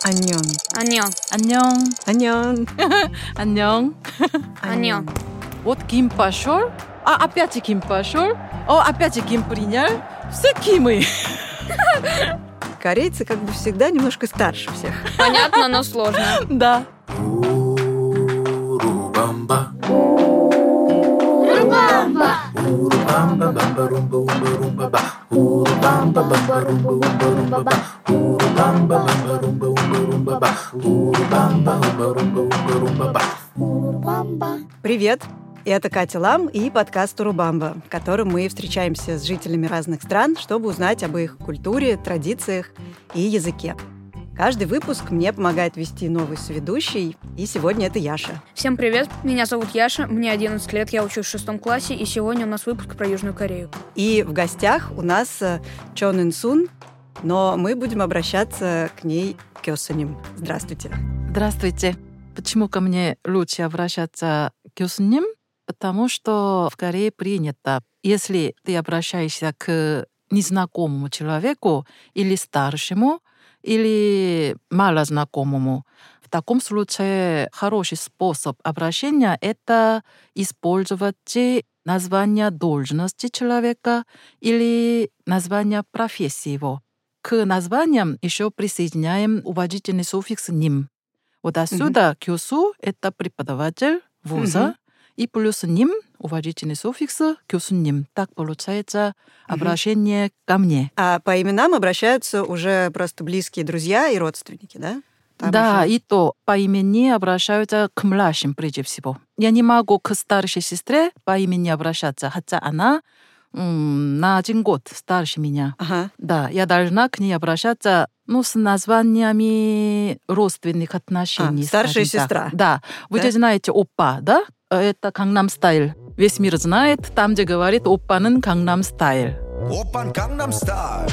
안녕. 안녕. 안녕. 안녕. 안녕. 안녕. Вот Ким пошел, а опять Ким пошел, опять Ким принял, все Кимы. Корейцы, как бы всегда, немножко старше всех. Понятно, но сложно. Да. Урубамба. Урубамба. Урубамба, бамба, румба, умба, румба, ба. Урубамба, бамба, румба, умба, румба, ба. Урубамба, бамба, румба, умба, румба, ба. Урубамба, умба, румба, умба, румба, ба. Урубамба. Привет! Это Катя Лам и подкаст «Урубамба», в котором мы встречаемся с жителями разных стран, чтобы узнать об их культуре, традициях и языке. Каждый выпуск мне помогает вести новый соведущий, и сегодня это Яша. Всем привет, меня зовут Яша, мне 11 лет, я учусь в 6 классе, и сегодня у нас выпуск про Южную Корею. И в гостях у нас Чон Ин Сун, но мы будем обращаться к ней Кёсоним. Здравствуйте. Здравствуйте. Почему ко мне лучше обращаться к 교수님? Потому что в Корее принято, если ты обращаешься к незнакомому человеку или старшему, или малознакомому, в таком случае хороший способ обращения — это использовать название должности человека или название профессии его. К названиям еще присоединяем уважительный суффикс «ним». Вот отсюда 교수 — это преподаватель вуза, и плюс «ним» — уважительный суффикс 교수님. Так получается обращение ко мне. А по именам обращаются уже просто близкие друзья и родственники, да? Там Да, уже... и то по имени обращаются к младшим прежде всего. Я не могу к старшей сестре по имени обращаться, хотя она на 1 год старше меня. Ага. Да, я должна к ней обращаться с названиями родственных отношений. Старшая скажем так. сестра. Да. Вы Да? знаете оппа, да? Это Gangnam Style. Весь мир знает, там, где говорит оппа는 Gangnam Style. Опан Gangnam Style.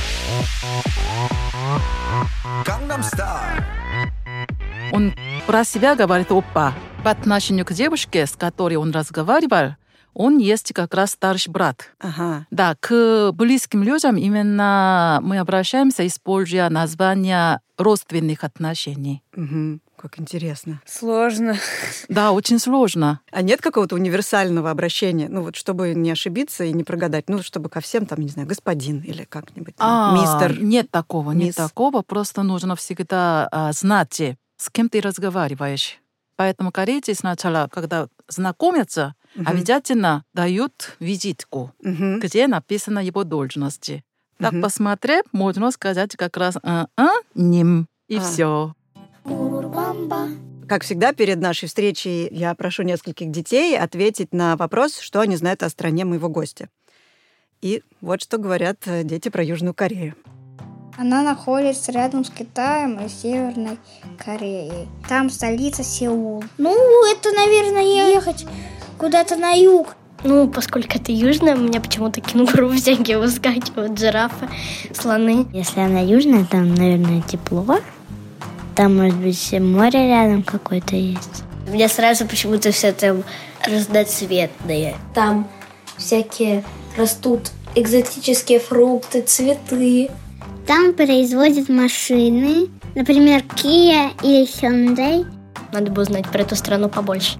Gangnam Style. Он про себя говорит оппа. По отношению к девушке, с которой он разговаривал, он есть как раз старший брат. Ага. Да, к близким людям именно мы обращаемся, используя названия родственных отношений. Угу. Как интересно. Сложно. Да, очень сложно. А нет какого-то универсального обращения? Ну вот, чтобы не ошибиться и не прогадать. Ну, чтобы ко всем, там, не знаю, господин или как-нибудь. Мистер. Нет такого, мисс. нет такого. Просто нужно всегда знать, с кем ты разговариваешь. Поэтому корейцы сначала, когда знакомятся, обязательно дают визитку, где написано его должность. Так, посмотрев, можно сказать как раз «ним», и все. Урубамба. Как всегда, перед нашей встречей я прошу нескольких детей ответить на вопрос, что они знают о стране моего гостя. И вот что говорят дети про Южную Корею. Она находится рядом с Китаем и Северной Кореей. Там столица Сеул. Ну, это, наверное, ехать куда-то на юг. Ну, поскольку это южная, у меня почему-то кенгуру всякие выскакивают, жирафы, слоны. Если она южная, там, наверное, тепло. Там, может быть, море рядом какое-то есть. У меня сразу почему-то все там разноцветные. Там всякие растут экзотические фрукты, цветы. Там производят машины, например, Kia или Hyundai. Надо бы узнать про эту страну побольше.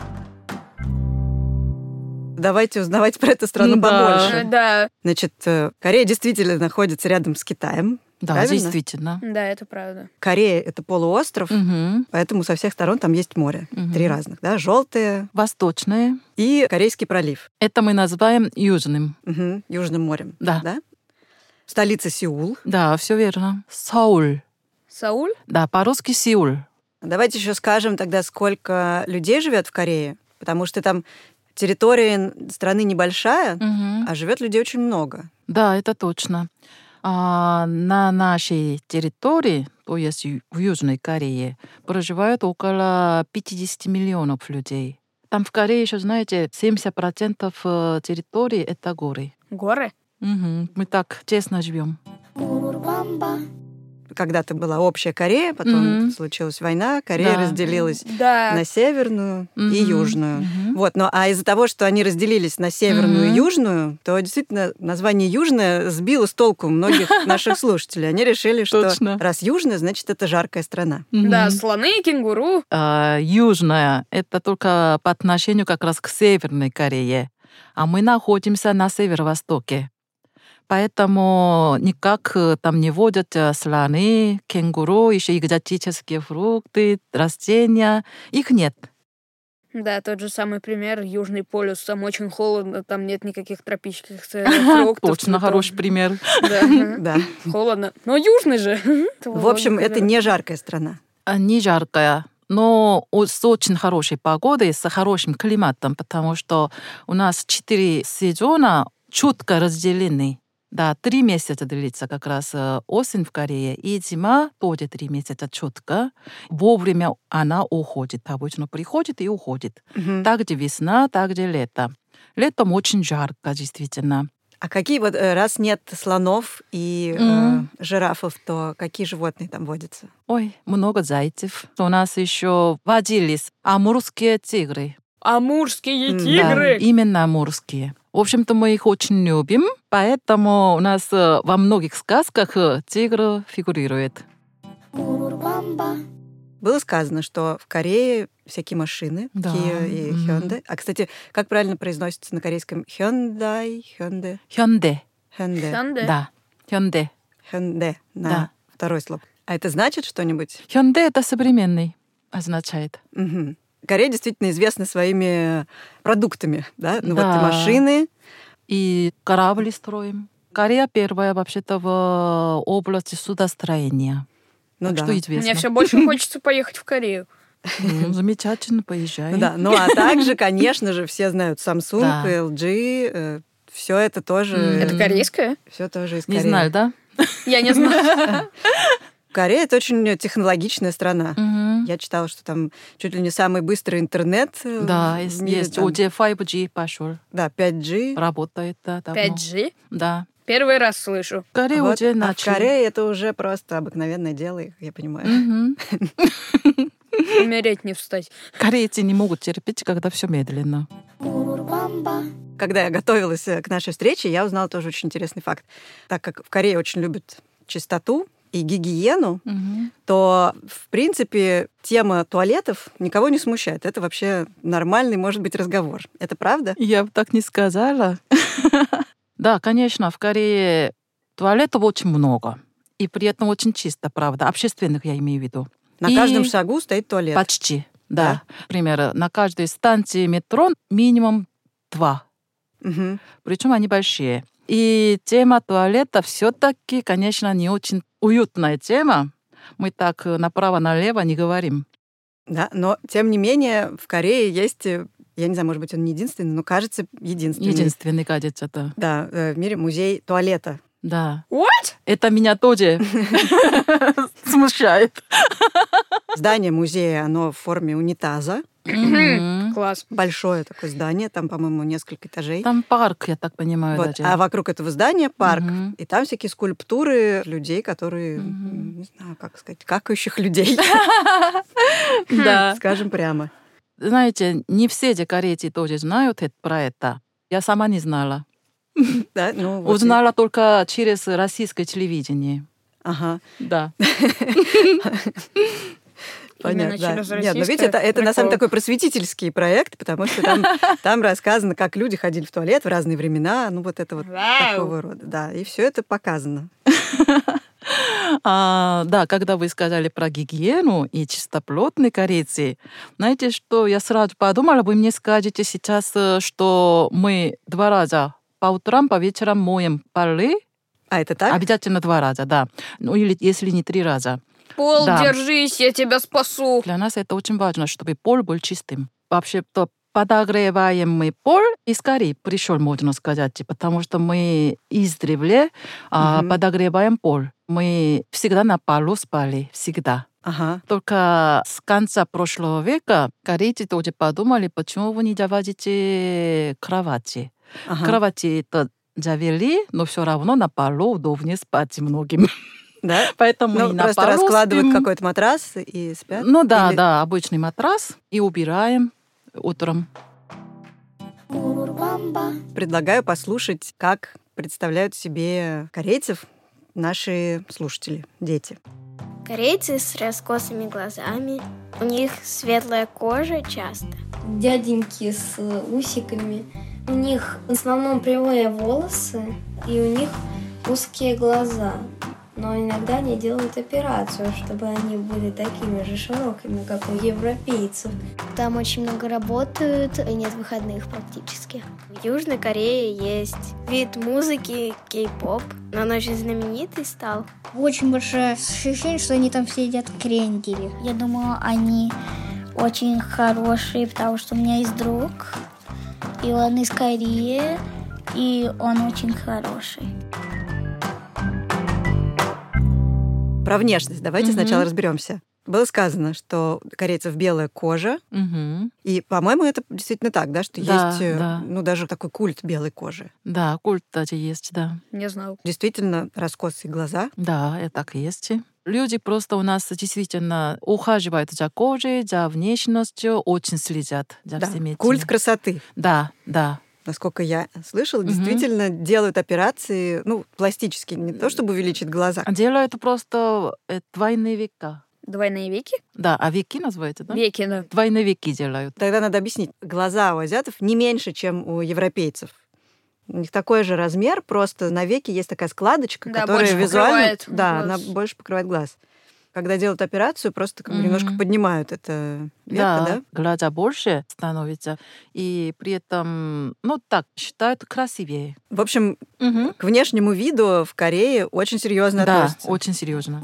Давайте узнавать про эту страну побольше. Да. Значит, Корея действительно находится рядом с Китаем. Да, правильно? действительно. Да, это правда. Корея — это полуостров, поэтому со всех сторон там есть море. 3 разных, да? Желтое Восточное. и Корейский пролив. Это мы называем южным. Южным морем. Да. Столица Сеул. Да, все верно. Сеул. Сауль? Да, по-русски Сеул. Давайте еще скажем тогда, сколько людей живет в Корее, потому что там территория страны небольшая, а живет людей очень много. Да, это точно. На нашей территории, то есть в Южной Корее, проживают около 50 миллионов людей. Там в Корее еще, знаете, 70% территории — это горы. Горы? Мы так тесно живем. Урубамба. Когда-то была общая Корея, потом случилась война, Корея Да. разделилась Да. на северную и южную. Вот, ну а из-за того, что они разделились на северную и южную, то действительно название «южная» сбило с толку многих наших слушателей. Они решили, что раз южная, значит, это жаркая страна. Да, слоны, кенгуру. Южная — это только по отношению как раз к Северной Корее. А мы находимся на северо-востоке. Поэтому никак там не водят слоны, кенгуру, еще экзотические фрукты, растения. Их нет. Да, тот же самый пример. Южный полюс, там очень холодно, там нет никаких тропических фруктов. Точно, хороший пример. Да. Холодно. Но южный же. В общем, это не жаркая страна. Не жаркая, но с очень хорошей погодой, с хорошим климатом, потому что у нас 4 сезона четко разделены. Да, 3 месяца длится как раз осень в Корее, и зима тоже 3 месяца четко. Вовремя она уходит. Обычно приходит и уходит. Также весна, также лето. Летом очень жарко, действительно. А какие вот, раз нет слонов и жирафов, то какие животные там водятся? Ой, много зайцев. У нас еще водились амурские тигры. Амурские тигры? Да, именно амурские. В общем-то, мы их очень любим, поэтому у нас во многих сказках тигр фигурирует. Было сказано, что в Корее всякие машины, Kia и Hyundai. А, кстати, как правильно произносится на корейском? Hyundai, Hyundai? Hyundai. Да, Hyundai. Hyundai, на второй слог. А это значит что-нибудь? Hyundai — это современный, означает. Корея действительно известна своими продуктами, да? Ну вот и машины. И корабли строим. Корея первая вообще-то в области судостроения. Ну, что известно. Мне все больше хочется поехать в Корею. Замечательно, поезжай. Да, ну а также, конечно же, все знают Samsung, LG, все это тоже... Это корейское? Все тоже из Кореи. Не знаю, да? Я не знаю. Корея — это очень технологичная страна. Я читала, что там чуть ли не самый быстрый интернет. Да, есть. Уже 5G пошел. Да, 5G. Работает, да. 5G? Да. Первый раз слышу. В Корее уже начали. А в Корее это уже просто обыкновенное дело, я понимаю. Умереть не встать. Корейцы не могут терпеть, когда все медленно. Когда я готовилась к нашей встрече, я узнала тоже очень интересный факт. Так как в Корее очень любят чистоту и гигиену, то, в принципе, тема туалетов никого не смущает. Это вообще нормальный, может быть, разговор. Это правда? Я бы так не сказала. Да, конечно, в Корее туалетов очень много. И при этом очень чисто, правда. Общественных я имею в виду. На каждом шагу стоит туалет. Почти, да. Например, на каждой станции метро минимум 2. Причем они большие. И тема туалета все-таки, конечно, не очень уютная тема. Мы так направо-налево не говорим. Да, но, тем не менее, в Корее есть, я не знаю, может быть, он не единственный, но, кажется, единственный. Единственный, кажется, да. Да, в мире музей туалета. Да. What? Это меня тоже смущает. Здание музея, оно в форме унитаза. Класс. Большое такое здание, там, по-моему, несколько этажей. Там парк, я так понимаю, вот. даже. А вокруг этого здания парк. И там всякие скульптуры людей, которые, не знаю, как сказать, какающих людей. Да. Скажем прямо. Знаете, не все корейцы тоже знают про это. Я сама не знала. Да, ну, вот узнала только через российское телевидение. Ага. Да. Понятно, да. Нет, но видите, это на самом деле такой просветительский проект, потому что там рассказано, как люди ходили в туалет в разные времена, ну вот это вот такого рода. Да, и все это показано. Да, когда вы сказали про гигиену и чистоплотные корейцы, знаете, что я сразу подумала, вы мне скажете сейчас, что мы 2 раза по утрам, по вечерам моем полы. А это так? Обязательно 2 раза, да. Ну или если не 3 раза. Пол, держись, я тебя спасу. Для нас это очень важно, чтобы пол был чистым. Вообще-то подогреваемый пол из Кореи пришел, можно сказать, потому что мы издревле подогреваем пол. Мы всегда на полу спали, всегда. Только с конца прошлого века корейцы тоже подумали, почему вы не заводите кровати. Кровати это завели, но все равно на полу удобнее спать многим. Да? Поэтому ну, на просто полу раскладывают спим. Какой-то матрас и спят? Ну да, да, обычный матрас и убираем утром. Предлагаю послушать, как представляют себе корейцев наши слушатели, дети. Корейцы с раскосыми глазами. У них светлая кожа часто. Дяденьки с усиками. У них в основном прямые волосы, и у них узкие глаза. Но иногда они делают операцию, чтобы они были такими же широкими, как у европейцев. Там очень много работают, и нет выходных практически. В Южной Корее есть вид музыки кей-поп. Он очень знаменитый стал. Очень большое ощущение, что они там все едят крендель. Я думаю, они очень хорошие, потому что у меня есть друг, и он из Кореи, и он очень хороший. Про внешность давайте сначала разберемся. Было сказано, что у корейцев белая кожа, и, по-моему, это действительно так, да, что есть, ну, даже такой культ белой кожи. Да, культ даже есть, да. Не знал. Действительно, раскосые глаза. Да, это так и есть. Люди просто у нас действительно ухаживают за кожей, за внешностью, очень следят за всеми этими. Культ красоты. Да, да. Насколько я слышала, действительно делают операции, ну, пластические, не то чтобы увеличить глаза. Делают просто двойные века. Двойные веки? Да, а веки называете, да? Веки, да. Двойные веки делают. Тогда надо объяснить. Глаза у азиатов не меньше, чем у европейцев. У них такой же размер, просто на веке есть такая складочка, Да, которая больше визуально... покрывает Да, глаз. она больше покрывает глаз. Когда делают операцию, просто как бы немножко поднимают это веко, да? Глаза больше становятся, и при этом, ну так, считают красивее. В общем, к внешнему виду в Корее очень серьезно относятся. Да, очень серьезно.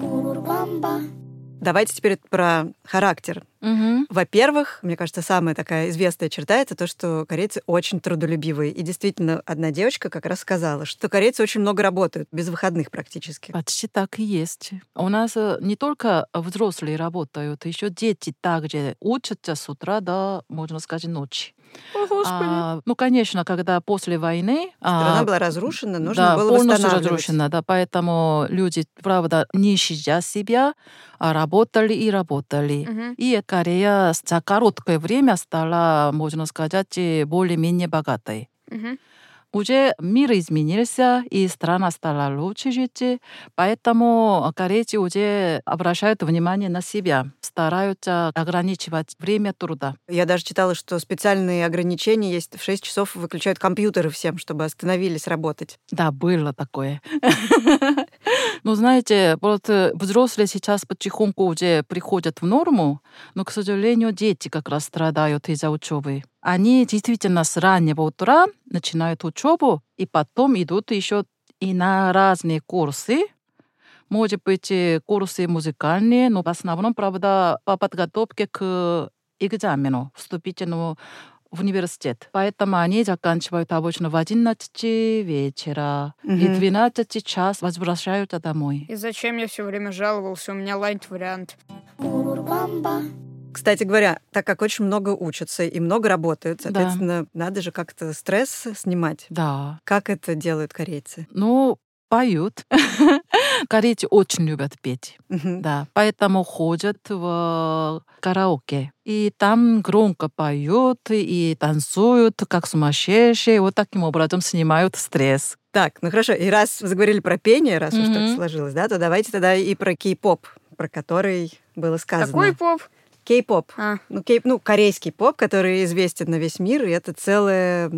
Давайте теперь про характер. Во-первых, мне кажется, самая такая известная черта — это то, что корейцы очень трудолюбивые. И действительно, одна девочка как раз сказала, что корейцы очень много работают, без выходных практически. Почти так и есть. У нас не только взрослые работают, еще дети также учатся с утра до, можно сказать, ночи. О, Господи. Ну, конечно, когда после войны... Страна была разрушена, нужно было полностью восстанавливать. разрушена, да, поэтому люди, правда, не щадя себя, работали и работали. И Корея за короткое время стала, можно сказать, более-менее богатой. Уже мир изменился, и страна стала лучше жить, поэтому корейцы уже обращают внимание на себя, стараются ограничивать время труда. Я даже читала, что специальные ограничения есть. В 6 часов выключают компьютеры всем, чтобы остановились работать. Да, было такое. Но знаете, вот взрослые сейчас потихоньку уже приходят в норму, но, к сожалению, дети как раз страдают из-за учебы. Они действительно с раннего утра начинают учебу, и потом идут еще и на разные курсы. Может быть, курсы музыкальные, но в основном, правда, по подготовке к экзамену, вступительному в университет. Поэтому они заканчивают обычно в 11 вечера, и 12 час возвращаются домой. И зачем я все время жаловался? У меня лайт-вариант. Кстати говоря, так как очень много учатся и много работают, соответственно, надо же как-то стресс снимать. Да. Как это делают корейцы? Ну, поют. Корейцы очень любят петь. Да, поэтому ходят в караоке. И там громко поют и танцуют, как сумасшедшие. Вот таким образом снимают стресс. Так, ну хорошо. И раз заговорили про пение, раз уж так сложилось, да, то давайте тогда и про кей-поп, про который было сказано. Какой поп? Кей-поп. Ну, корейский поп, который известен на весь мир, и это целое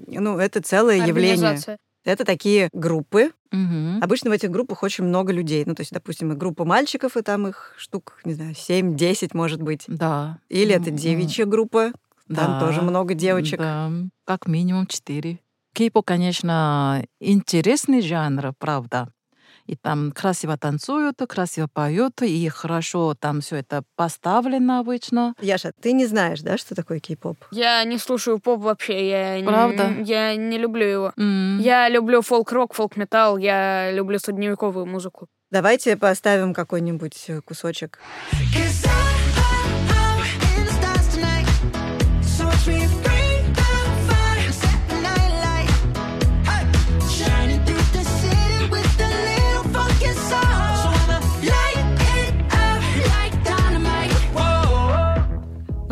явление. Это такие группы. Обычно в этих группах очень много людей. Ну, то есть, допустим, и группа мальчиков, и там их штук, не знаю, 7-10, может быть. Да. Или это девичья группа. Там тоже много девочек. Да, как минимум 4. Кей-поп, конечно, интересный жанр, правда. И там красиво танцуют, красиво поют, и хорошо там все это поставлено обычно. Яша, ты не знаешь, да, что такое кей-поп? Я не слушаю поп вообще. Правда? Я не люблю его. Я люблю фолк-рок, фолк-металл, я люблю средневековую музыку. Давайте поставим какой-нибудь кусочек.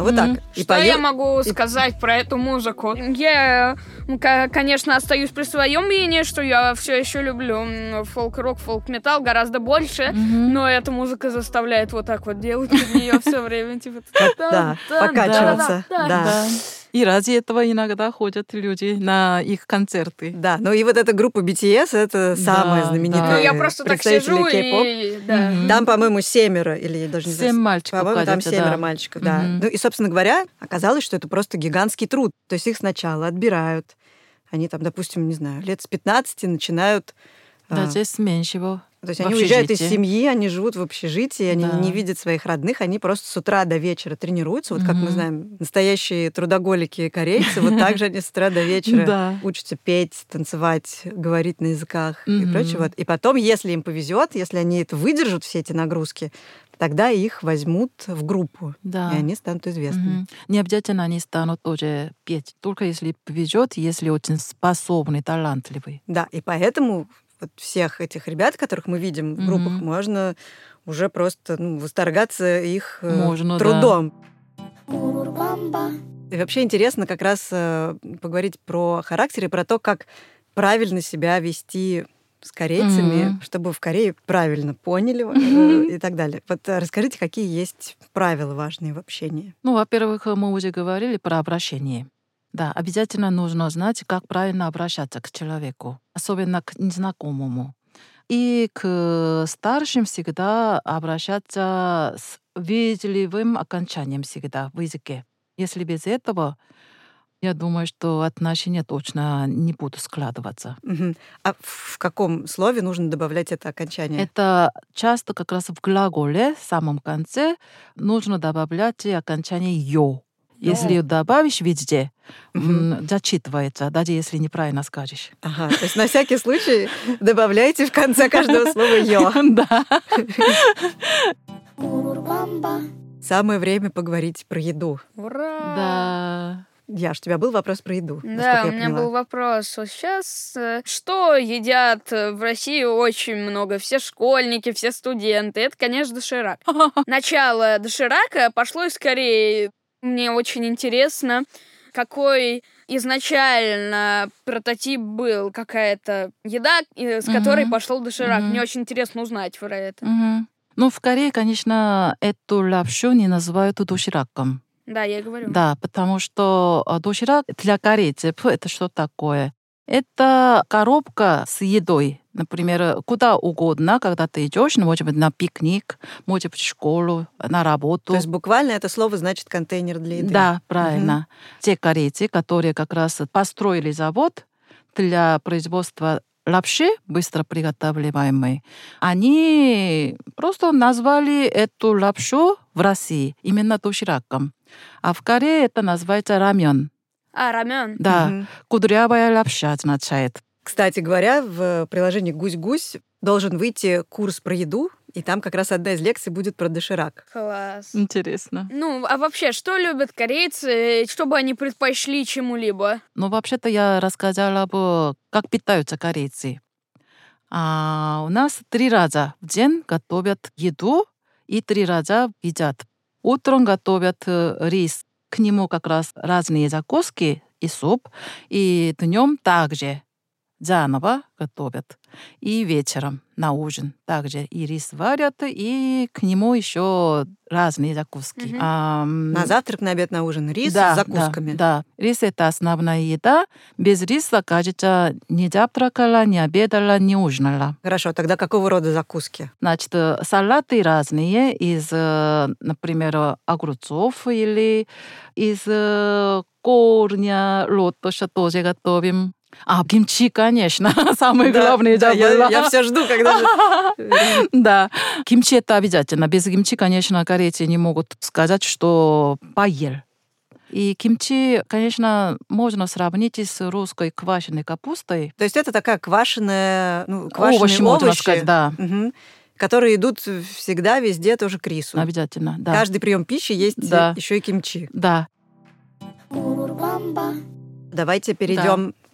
Ну, вот так. И Что я могу сказать про эту музыку? Я, конечно, остаюсь при своем мнении, что я все еще люблю фолк-рок, фолк-металл гораздо больше, но эта музыка заставляет вот так вот делать под нее все время. Типа, да, покачиваться. Да. И ради этого иногда ходят люди на их концерты. Да, ну и вот эта группа BTS, это самая знаменитая. Ну, я просто так сижу и... Да. Там, по-моему, 7, или я даже не знаю. 7 мальчиков. По-моему, там 7 мальчиков, да. Ну и, собственно говоря, оказалось, что это просто гигантский труд. То есть их сначала отбирают. Они там, допустим, не знаю, лет с 15 начинают... Да, здесь меньшего. То есть они уезжают из семьи, они живут в общежитии, они не видят своих родных, они просто с утра до вечера тренируются. Вот как мы знаем, настоящие трудоголики корейцы, вот так же они с утра до вечера учатся петь, танцевать, говорить на языках и прочее. Вот. И потом, если им повезет, если они это выдержат, все эти нагрузки, тогда их возьмут в группу, и они станут известными. Не обязательно они станут уже петь, только если повезет, если очень способный, талантливый. Да, и поэтому... Вот всех этих ребят, которых мы видим в группах, можно уже просто восторгаться их трудом. Да. И вообще интересно как раз поговорить про характер и про то, как правильно себя вести с корейцами, чтобы в Корее правильно поняли и так далее. Вот расскажите, какие есть правила важные в общении? Ну, во-первых, мы уже говорили про обращение. Да, обязательно нужно знать, как правильно обращаться к человеку, особенно к незнакомому. И к старшим всегда обращаться с вежливым окончанием всегда в языке. Если без этого, я думаю, что отношения точно не будут складываться. А в каком слове нужно добавлять это окончание? Это часто как раз в глаголе, в самом конце, нужно добавлять окончание «ё». Если добавишь везде, зачитывается, даже если неправильно скажешь. Ага, то есть на всякий случай добавляйте в конце каждого слова «ё». Да. Самое время поговорить про еду. Ура! Да. Яш, у тебя был вопрос про еду? Да, у меня был вопрос. Вот сейчас что едят в России очень много? Все школьники, все студенты. Это, конечно, доширак. Начало доширака пошло из Кореи. Мне очень интересно, какой изначально прототип был, какая-то еда, с которой пошел доширак. Мне очень интересно узнать про это. Ну, в Корее, конечно, эту лапшу не называют дошираком. Да, я и говорю. Да, потому что доширак для корейцев это что такое? Это коробка с едой. Например, куда угодно, когда ты идешь, может быть, на пикник, может быть, в школу, на работу. То есть буквально это слово значит контейнер для еды. Да, правильно. Те корейцы, которые как раз построили завод для производства лапши, быстро приготавливаемой, они просто назвали эту лапшу в России именно дошираком. А в Корее это называется рамен. Рамен. Да, кудрявая лапша означает. Кстати говоря, в приложении «Гусь-гусь» должен выйти курс про еду, и там как раз одна из лекций будет про доширак. Класс. Интересно. Ну, а вообще, что любят корейцы, чтобы они предпочли чему-либо? Ну, вообще-то я рассказала бы, как питаются корейцы. У нас 3 раза в день готовят еду и 3 раза едят. Утром готовят рис. К нему как раз разные закуски и суп. И днем также заново готовят. И вечером на ужин также и рис варят, и к нему еще разные закуски. На завтрак, на обед, на ужин рис с закусками. Да. Рис — это основная еда. Без риса, кажется, не завтракала, не обедала, не ужинала. Хорошо, тогда какого рода закуски? Значит, салаты разные из, например, огурцов или из корня лотоса тоже готовим. Кимчи, конечно, самое главное, забыла. Я все жду, когда же... Да, кимчи это обязательно. Без кимчи, конечно, корейцы не могут сказать, что поел. И кимчи, конечно, можно сравнить с русской квашеной капустой. То есть это такая квашеная, квашеные овощи, можно сказать, да. Которые идут всегда, везде тоже к рису. Обязательно, да. Каждый прием пищи есть еще и кимчи. Да. Давайте перейдем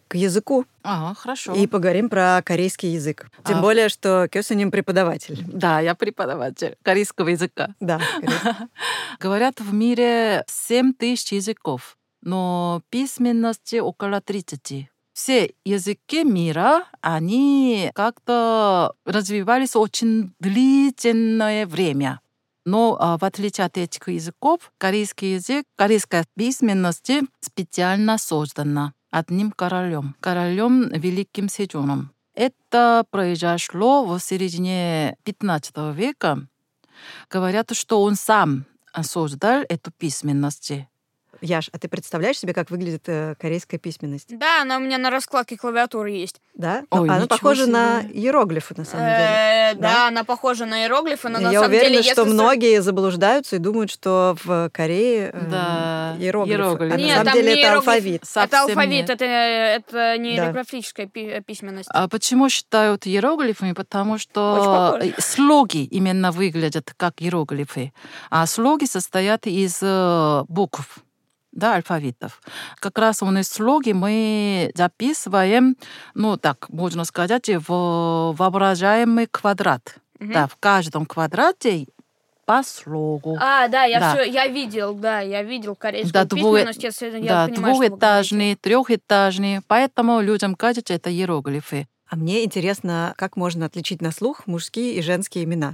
к языку Ага, хорошо. и поговорим про корейский язык. Тем более, что Кёсуним преподаватель. Да, я преподаватель корейского языка. Да, Говорят, в мире 7000 языков, но письменности около 30. Все языки мира, они как-то развивались очень длительное время. Но в отличие от этих языков, корейский язык, корейская письменность специально создана одним королем Великим 세종ом. Это произошло в середине 15 века. Говорят, что он сам создал эту письменность. Яш, а ты представляешь себе, как выглядит корейская письменность? Да, она у меня на раскладке клавиатуры есть. Да? Ой, Она ничего похожа себе. на иероглифы, на самом деле. Да, она похожа на иероглифы, но на Я самом уверена, деле... что если многие заблуждаются и думают, что в Корее Да, иероглифы. иероглифы. А Нет, на самом там деле не это иероглиф. алфавит. Это Совсем алфавит, нет. это не иероглифическая письменность. А почему считают иероглифами? Потому что Очень слоги именно выглядят как иероглифы. А слоги состоят из букв, да, алфавитов. Как раз слоги мы записываем, так можно сказать, в воображаемый квадрат. Да, в каждом квадрате по слогу. Да, Да. я видел корейскую письменность, если я Да, понимаю, что вы говорите. двухэтажный, трехэтажный. Поэтому людям кажется, это иероглифы. А мне интересно, как можно отличить на слух мужские и женские имена?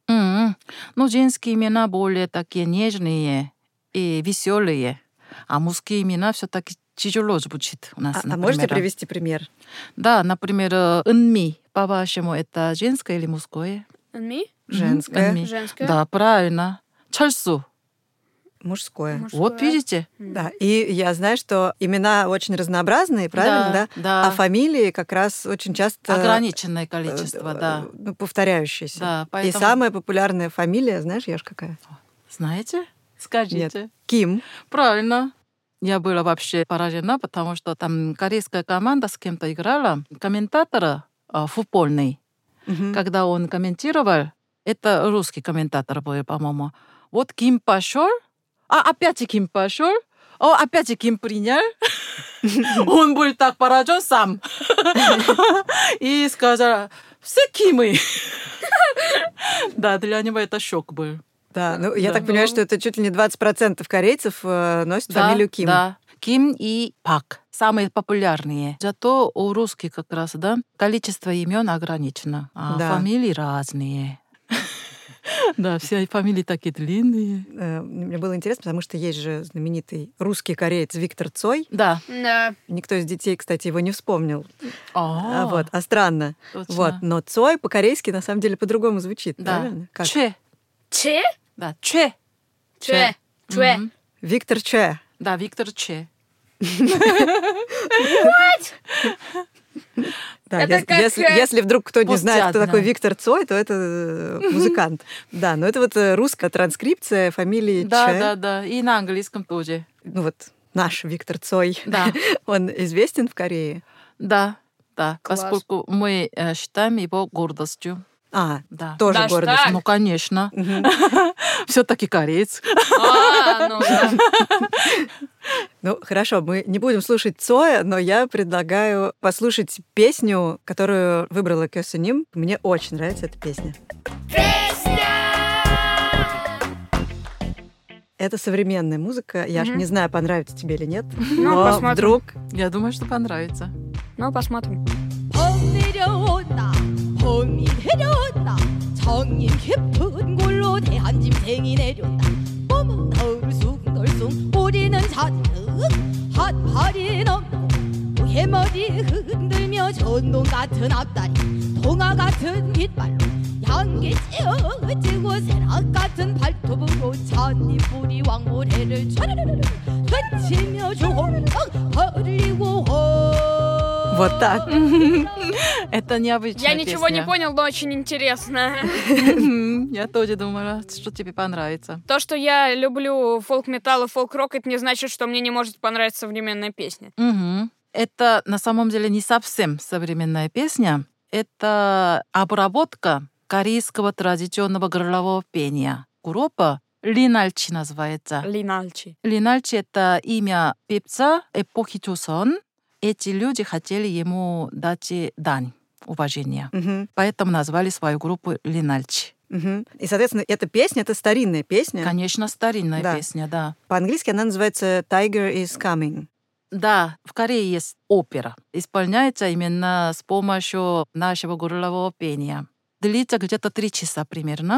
Женские имена более такие нежные и веселые, а мужские имена все-таки тяжело звучит у нас, А можете привести пример? Да, например, 은미. По-вашему, это женское или мужское? Ми? Женское. 은미. Женское. Да, правильно. 철수. Мужское. Вот видите? Да, и я знаю, что имена очень разнообразные, правильно, да? Да. А фамилии как раз очень часто Ограниченное количество, да. повторяющиеся. Да, И поэтому... самая популярная фамилия, знаешь, Яш, какая? Знаете? Скажите. Нет. Ким. Правильно. Я была вообще поражена, потому что там корейская команда с кем-то играла. Комментатор футбольный. Когда он комментировал, это русский комментатор был, по-моему. Вот Ким пошел, опять Ким пошел, опять Ким принял. Он был так поражен сам. И сказал, все Кимы. Да, для него это шок был. Да, я так понимаю, что это чуть ли не 20% корейцев носят фамилию Ким. Да, Ким и Пак. Самые популярные. Зато у русских как раз, да, количество имен ограничено, а фамилии разные. Да, все фамилии такие длинные. Мне было интересно, потому что есть же знаменитый русский кореец Виктор Цой. Да. Никто из детей, кстати, его не вспомнил. А странно. Точно. Но Цой по-корейски на самом деле по-другому звучит, Да. правильно? Как? Че? Да, Че. Виктор Че. Да, Виктор Че. Да, Это как... если вдруг кто не знает, кто Постядно. такой Виктор Цой, то это музыкант. Да, но это вот русская транскрипция фамилии Че. Да. И на английском тоже. Наш Виктор Цой. Да. Он известен в Корее? Да. Класс. Поскольку мы считаем его гордостью. Да. Тоже Даже гордость. так? Конечно. Все-таки кореец. Ну, хорошо, мы не будем слушать Цоя, но я предлагаю послушать песню, которую выбрала Кёсуним. Мне очень нравится эта песня. Это современная музыка. Я ж не знаю, понравится тебе или нет. Но посмотрим. вдруг... Я думаю, что понравится. Посмотрим. 내려온다 봄이 내려온다 정님 깊은 골로 대한 짐승이 내려온다 몸은 덜숭덜숭 우리는 잔뜩 핫팔이 넘고 해머리 흔들며 전동 같은 앞다리 동화 같은 깃발로 양기 찌어지고 새락 같은 발톱으로 잔디뿌리 왕모래를 촤르르르 던치며 조홍강 버리고 Вот так. Это необычная Я ничего не песня. понял, но очень интересно. Я тоже думала, что тебе понравится. То, что я люблю фолк-металл и фолк-рок, это не значит, что мне не может понравиться современная песня. Это на самом деле не совсем современная песня. Это обработка корейского традиционного горлового пения. Группа Линальчи называется. Линальчи. Линальчи — это имя певца эпохи Чосон. эти люди хотели ему дать дань уважения. Поэтому назвали свою группу Линальчи. И, соответственно, эта песня, это старинная песня. Конечно, старинная песня, да. По-английски она называется «Tiger is Coming». Да, в Корее есть опера. Исполняется именно с помощью нашего горлового пения. Длится где-то 3 часа примерно.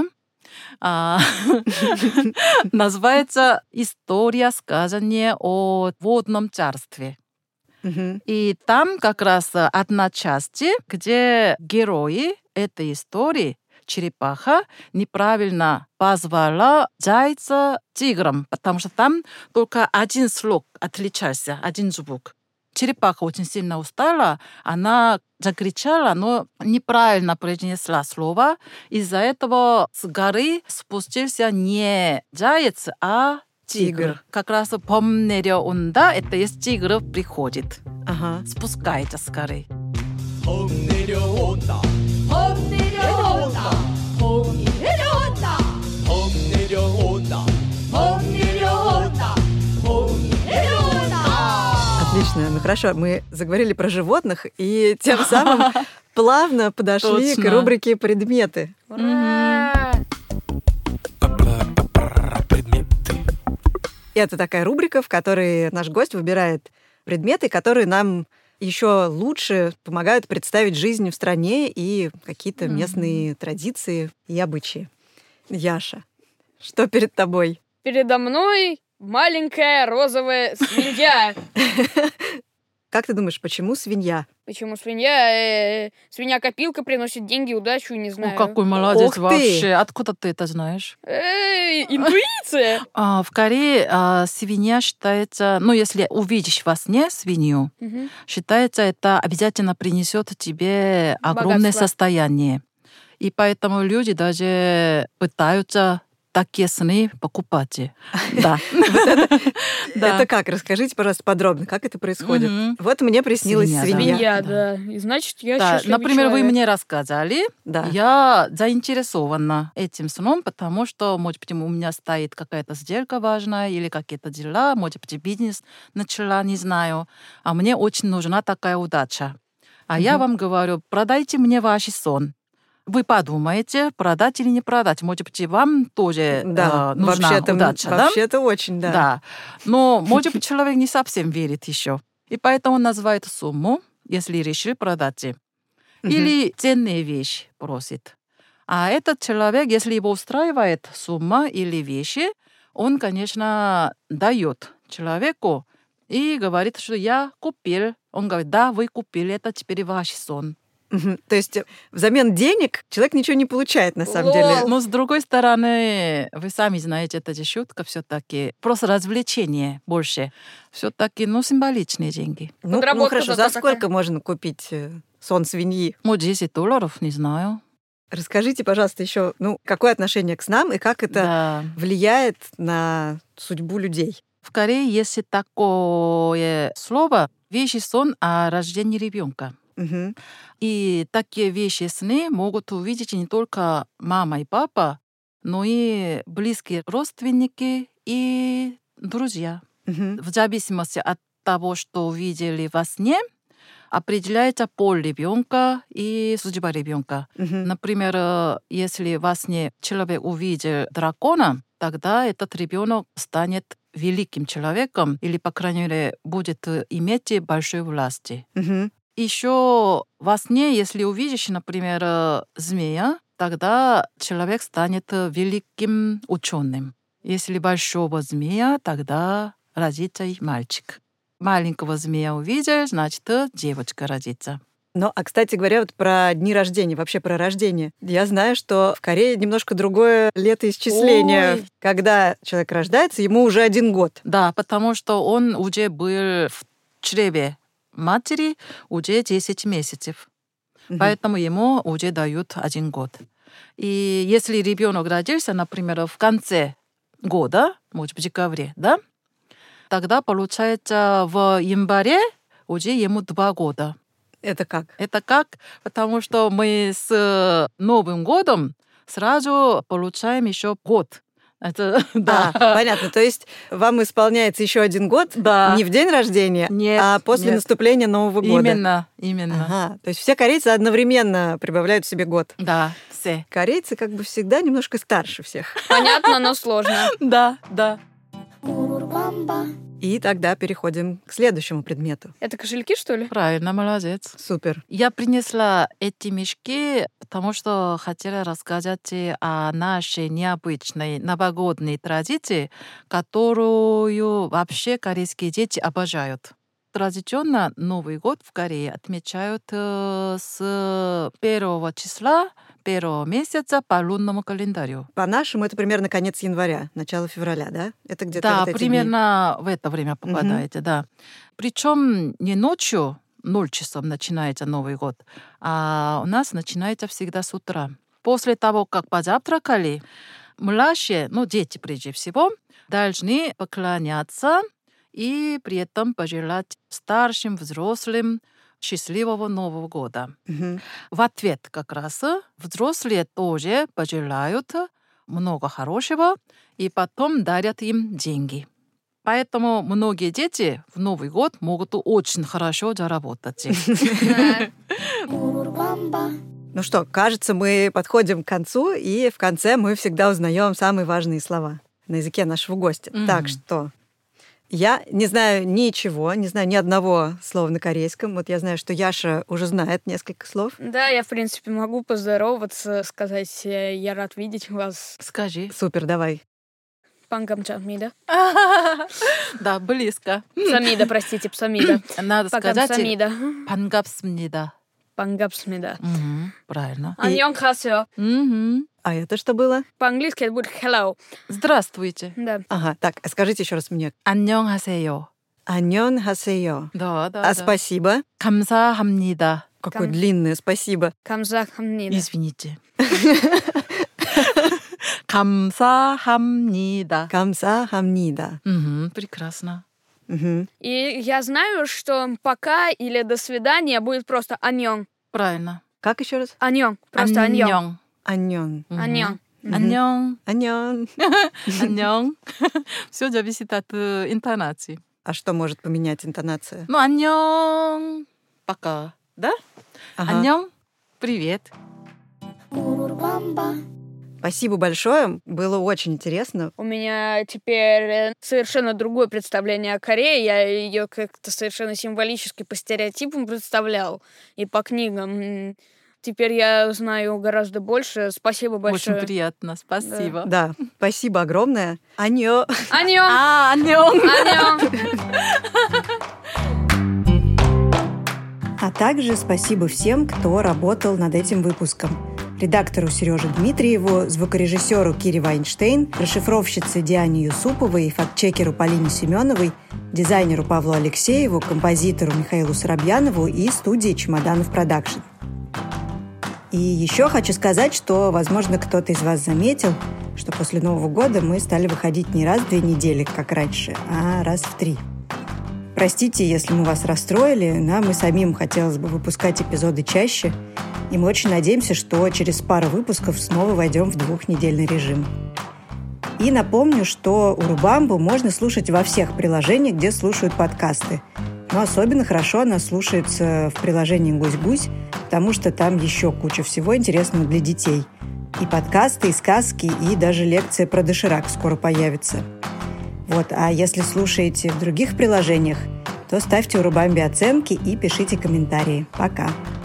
Называется «История сказания о водном царстве». И там как раз одна часть, где герои этой истории, черепаха, неправильно позвала зайца тигром, потому что там только один слог отличался, один звук. Черепаха очень сильно устала, она закричала, но неправильно произнесла слово. Из-за этого с горы спустился не заяц, а тигр. Как раз 봄 내려온다, это есть тигр приходит. Спускается с горы. 봄 내려온다. 봄 내려온다. 봄이 내려온다. 봄 내려온다. 봄 내려온다. 봄이 내려온다. Отлично. Ну хорошо, мы заговорили про животных и тем самым плавно подошли к рубрике «Предметы». Ура! Это такая рубрика, в которой наш гость выбирает предметы, которые нам еще лучше помогают представить жизнь в стране и какие-то местные традиции и обычаи. Яша, что перед тобой? Передо мной маленькая розовая свинья. Как ты думаешь, почему свинья? Почему свинья? Свинья-копилка приносит деньги, удачу, не знаю. О, какой молодец Ух ты! вообще. Откуда ты это знаешь? Интуиция. В Корее свинья считается, ну, если увидишь во сне свинью, считается, это обязательно принесет тебе огромное Богатство. состояние. И поэтому люди даже пытаются такие сны покупать. Да. Это как? Расскажите, пожалуйста, подробно, как это происходит. Вот мне приснилась Свинья, свинья. Свинья, да. И значит, я Да, счастливый например, вы человек. мне рассказали, Да. я заинтересована этим сном, потому что, может быть, у меня стоит какая-то сделка важная или какие-то дела, может быть, бизнес начала, не знаю. А мне очень нужна такая удача. А я вам говорю, продайте мне ваш сон. Вы подумаете, продать или не продать. Может быть, вам тоже Да, нужна удача, да? вообще-то очень, да. Да. Но, может быть, человек не совсем верит еще. И поэтому он называет сумму, если решил продать. Или ценные вещи просит. А этот человек, если его устраивает сумма или вещи, он, конечно, дает человеку и говорит, что я купил. Он говорит, да, вы купили, это теперь ваш сон. То есть взамен денег человек ничего не получает на самом деле. Но с другой стороны, вы сами знаете, это же шутка все-таки. Просто развлечение больше. Все-таки, символичные деньги. Ну Подработка хорошо, зато за сколько такая. можно купить сон свиньи? Может, $10, не знаю. Расскажите, пожалуйста, еще, какое отношение к снам и как это Да. влияет на судьбу людей? В Корее есть такое слово «вещий сон о рождении ребенка». Мгм. И такие вещи сны могут увидеть не только мама и папа, но и близкие родственники и друзья. Мгм. В зависимости от того, что увидели во сне, определяется пол ребенка и судьба ребенка. Мгм. Например, если во сне человек увидел дракона, тогда этот ребенок станет великим человеком или, по крайней мере, будет иметь большую власть. Мгм. Еще во сне, если увидишь, например, змея, тогда человек станет великим ученым. Если большого змея, тогда родится и мальчик. Маленького змея увидел, значит, девочка родится. Кстати говоря, вот про дни рождения, вообще про рождение. Я знаю, что в Корее немножко другое летоисчисление. Ой. Когда человек рождается, ему уже 1 год. Да, потому что он уже был в чреве матери уже 10 месяцев. Поэтому ему уже дают 1 год. И если ребенок родился, например, в конце года, может быть, в декабре, да, тогда, получается, в январе уже ему 2 года. Это как? Это как? Потому что мы с Новым годом сразу получаем еще год. Это, да. Понятно. То есть вам исполняется еще 1 год, Да. не в день рождения, Нет, а после нет. наступления Нового года. Именно. Ага. То есть все корейцы одновременно прибавляют себе год. Да, все. Корейцы как бы всегда немножко старше всех. Понятно, но сложно. Да. И тогда переходим к следующему предмету. Это кошельки, что ли? Правильно, молодец. Супер. Я принесла эти мешки, потому что хотела рассказать о нашей необычной новогодней традиции, которую вообще корейские дети обожают. Традиционно Новый год в Корее отмечают с 1 числа 1 месяца по лунному календарю. По-нашему это примерно конец января, начало февраля, да? Это где-то Да, вот эти примерно в это время попадаете, да. Причем не ночью, 0 часов начинается Новый год, а у нас начинается всегда с утра. После того, как позавтракали, младшие, дети прежде всего, должны поклоняться и при этом пожелать старшим, взрослым счастливого Нового года. дни. В ответ как раз взрослые тоже пожелают много хорошего и потом дарят им деньги. Поэтому многие дети в Новый год могут очень хорошо заработать. Ну что, кажется, мы подходим к концу, и в конце мы всегда узнаем самые важные слова на языке нашего гостя. Так что я не знаю ничего, не знаю ни одного слова на корейском. Вот я знаю, что Яша уже знает несколько слов. Да, я, в принципе, могу поздороваться, сказать, я рад видеть вас. Скажи. Супер, давай. Пангамчамида. Да, близко. Псамида, простите, псамида. Надо сказать Пангамчамида. «пангапсмнида». Пангапсмида. Правильно. Аньонхасё. А это что было? По-английски это будет hello. Здравствуйте. Да. Ага, так, скажите еще раз мне. 안녕하세요. Аньон хасеё. Да. А спасибо? 감사합니다. Какое длинное спасибо. Камзахамнида. Извините. 감사합니다. Камсахамнида. Прекрасно. И я знаю, что пока или до свидания будет просто аньон. Правильно. Как еще раз? Аньон. Просто аньон. Аньон. Аньон. 안녕. Аньон. 안녕. Все зависит от интонации. А что может поменять интонация? 안녕. Пока. Да? Ага. 안녕. Привет. Спасибо большое. Было очень интересно. У меня теперь совершенно другое представление о Корее. Я ее как-то совершенно символически по стереотипам представлял и по книгам. Теперь я знаю гораздо больше. Спасибо большое. Очень приятно. Спасибо. Да, спасибо огромное. Аньо. Аньон. 안녕. Аньон. А также спасибо всем, кто работал над этим выпуском. Редактору Сереже Дмитриеву, звукорежиссеру Кире Вайнштейн, расшифровщице Диане Юсуповой, фактчекеру Полине Семеновой, дизайнеру Павлу Алексееву, композитору Михаилу Соробьянову и студии «Чемоданов Продакшн». И еще хочу сказать, что, возможно, кто-то из вас заметил, что после Нового года мы стали выходить не раз в 2 недели, как раньше, а раз в 3. Простите, если мы вас расстроили, нам и самим хотелось бы выпускать эпизоды чаще, и мы очень надеемся, что через пару выпусков снова войдем в 2-недельный режим. И напомню, что Урубамбу можно слушать во всех приложениях, где слушают подкасты. Но особенно хорошо она слушается в приложении «Гусь-Гусь», потому что там еще куча всего интересного для детей. И подкасты, и сказки, и даже лекция про доширак скоро появится. Вот, а если слушаете в других приложениях, то ставьте Урубамбе оценки и пишите комментарии. Пока!